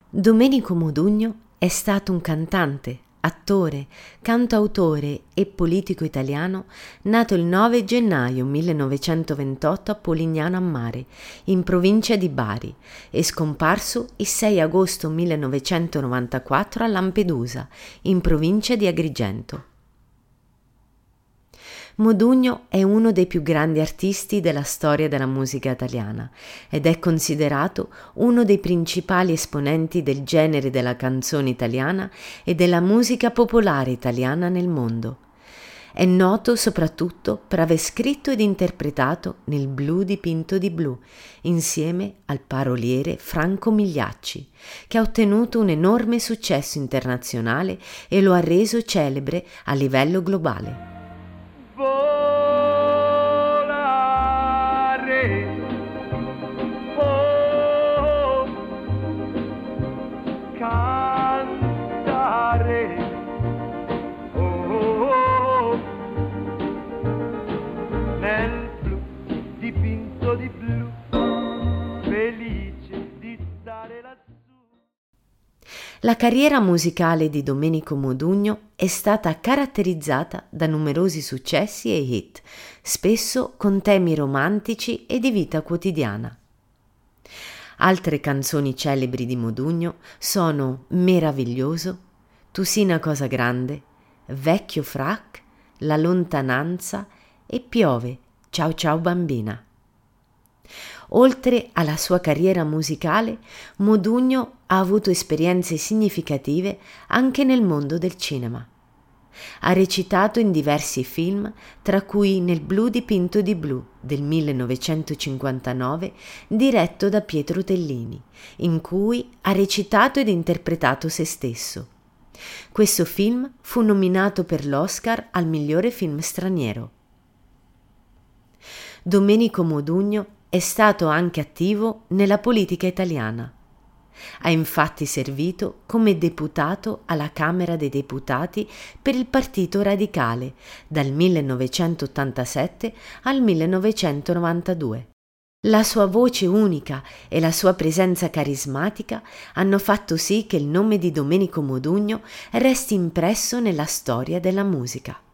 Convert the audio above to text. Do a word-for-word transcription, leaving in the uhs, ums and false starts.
Domenico Modugno è stato un cantante, attore, cantautore e politico italiano nato il nove gennaio millenovecentoventotto a Polignano a Mare, in provincia di Bari, e scomparso il sei agosto millenovecentonovantaquattro a Lampedusa, in provincia di Agrigento. Modugno è uno dei più grandi artisti della storia della musica italiana ed è considerato uno dei principali esponenti del genere della canzone italiana e della musica popolare italiana nel mondo. È noto soprattutto per aver scritto ed interpretato Nel blu dipinto di blu, insieme al paroliere Franco Migliacci, che ha ottenuto un enorme successo internazionale e lo ha reso celebre a livello globale. Cantare, oh, oh, nel blu dipinto di blu, felice di stare lassù. La carriera musicale di Domenico Modugno è stata caratterizzata da numerosi successi e hit, spesso con temi romantici e di vita quotidiana. Altre canzoni celebri di Modugno sono Meraviglioso, Tu sii una cosa grande, Vecchio frac, La lontananza e Piove, Ciao ciao bambina. Oltre alla sua carriera musicale, Modugno ha avuto esperienze significative anche nel mondo del cinema. Ha recitato in diversi film, tra cui Nel blu dipinto di blu del millenovecentocinquantanove, diretto da Pietro Tellini, in cui ha recitato ed interpretato se stesso. Questo film fu nominato per l'Oscar al migliore film straniero. Domenico Modugno è stato anche attivo nella politica italiana. Ha infatti servito come deputato alla Camera dei Deputati per il Partito Radicale dal millenovecentottantasette al millenovecentonovantadue. La sua voce unica e la sua presenza carismatica hanno fatto sì che il nome di Domenico Modugno resti impresso nella storia della musica.